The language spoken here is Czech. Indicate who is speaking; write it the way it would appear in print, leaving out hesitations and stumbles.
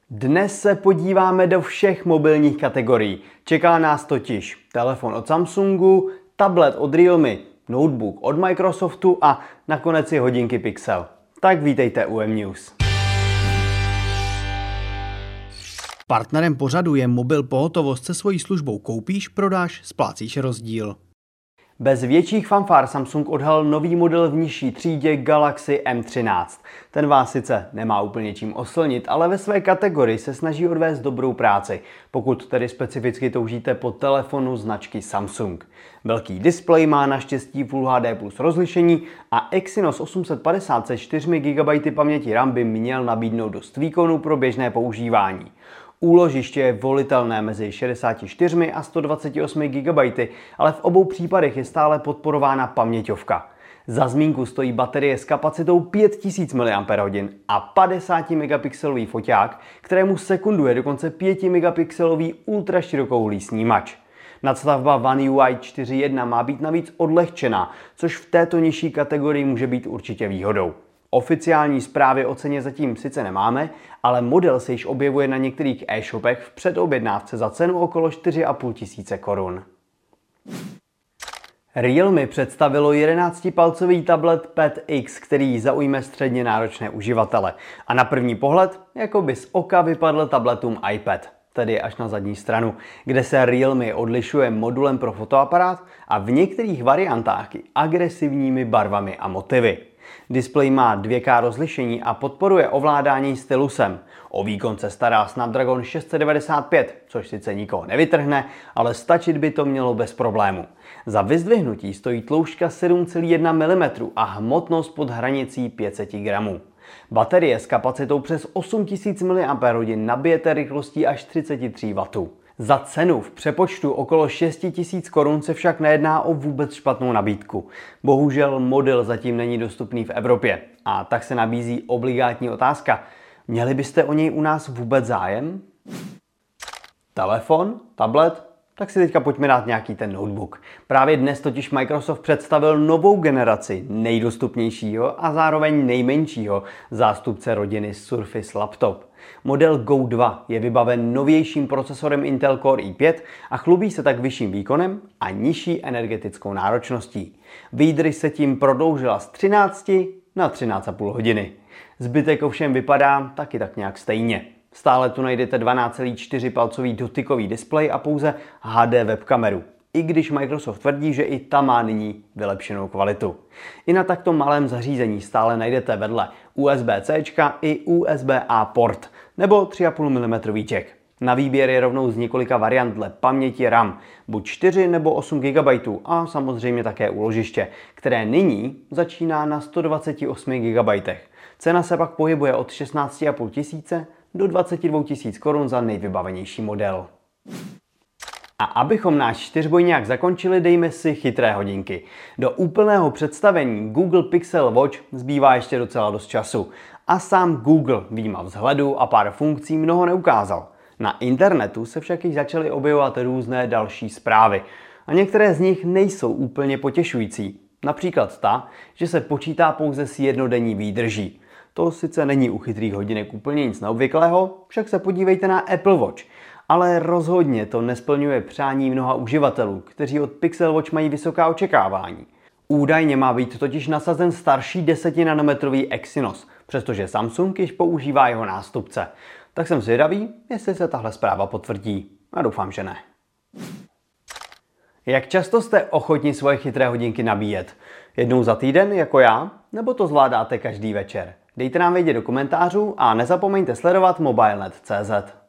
Speaker 1: Dnes se podíváme do všech mobilních kategorií. Čeká nás totiž telefon od Samsungu, tablet od Realme, notebook od Microsoftu a nakonec i hodinky Pixel. Tak vítejte u M-News. Partnerem pořadu je Mobil Pohotovost se svojí službou koupíš, prodáš, splácíš rozdíl. Bez větších fanfár Samsung odhalil nový model v nižší třídě Galaxy M13. Ten vás sice nemá úplně čím oslnit, ale ve své kategorii se snaží odvést dobrou práci, pokud tedy specificky toužíte po telefonu značky Samsung. Velký displej má naštěstí Full HD plus rozlišení a Exynos 850 se 4 GB paměti RAM by měl nabídnout dost výkonu pro běžné používání. Úložiště je volitelné mezi 64 a 128 GB, ale v obou případech je stále podporována paměťovka. Za zmínku stojí baterie s kapacitou 5000 mAh a 50 megapixelový foťák, kterému sekunduje dokonce 5 megapixelový ultraširokouhlý snímač. Nadstavba One UI 4.1 má být navíc odlehčená, což v této nižší kategorii může být určitě výhodou. Oficiální zprávy o ceně zatím sice nemáme, ale model se již objevuje na některých e-shopech v předobjednávce za cenu okolo 4500 korun. Realme představilo 11-palcový tablet Pad X, který zaujme středně náročné uživatele. A na první pohled, jako by z oka vypadl tabletům iPad, tedy až na zadní stranu, kde se Realme odlišuje modulem pro fotoaparát a v některých variantách i agresivními barvami a motivy. Displej má 2K rozlišení a podporuje ovládání stylusem. O výkon se stará Snapdragon 695, což sice nikoho nevytrhne, ale stačit by to mělo bez problému. Za vyzdvihnutí stojí tloušťka 7,1 mm a hmotnost pod hranicí 500 gramů. Baterie s kapacitou přes 8000 mAh nabijete rychlostí až 33 W. Za cenu v přepočtu okolo 6000 korun se však nejedná o vůbec špatnou nabídku. Bohužel model zatím není dostupný v Evropě. A tak se nabízí obligátní otázka. Měli byste o něj u nás vůbec zájem? Telefon? Tablet? Tak si teďka pojďme dát nějaký ten notebook. Právě dnes totiž Microsoft představil novou generaci nejdostupnějšího a zároveň nejmenšího zástupce rodiny Surface Laptop. Model Go 2 je vybaven novějším procesorem Intel Core i5 a chlubí se tak vyšším výkonem a nižší energetickou náročností. Výdrž se tím prodloužila z 13 na 13,5 hodiny. Zbytek ovšem vypadá taky tak nějak stejně. Stále tu najdete 12,4 palcový dotykový displej a pouze HD webkameru, i když Microsoft tvrdí, že i ta má nyní vylepšenou kvalitu. I na takto malém zařízení stále najdete vedle USB-C i USB-A port nebo 3,5 mm jack. Na výběr je rovnou z několika variant dle paměti RAM, buď 4 nebo 8 GB a samozřejmě také úložiště, které nyní začíná na 128 GB. Cena se pak pohybuje od 16 500 do 22 000 korun za nejvybavenější model. A abychom náš čtyřbojňák zakončili, dejme si chytré hodinky. Do úplného představení Google Pixel Watch zbývá ještě docela dost času. A sám Google vyjma vzhledu a pár funkcí mnoho neukázal. Na internetu se však již začaly objevovat různé další zprávy. A některé z nich nejsou úplně potěšující. Například ta, že se počítá pouze s jednodenní výdrží. To sice není u chytrých hodinek úplně nic neobvyklého, však se podívejte na Apple Watch. Ale rozhodně to nesplňuje přání mnoha uživatelů, kteří od Pixel Watch mají vysoká očekávání. Údajně má být totiž nasazen starší 10 nanometrový Exynos, přestože Samsung již používá jeho nástupce. Tak jsem zvědavý, jestli se tahle zpráva potvrdí. A doufám, že ne. Jak často jste ochotni svoje chytré hodinky nabíjet? Jednou za týden, jako já? Nebo to zvládáte každý večer? Dejte nám vědět do komentářů a nezapomeňte sledovat mobilenet.cz.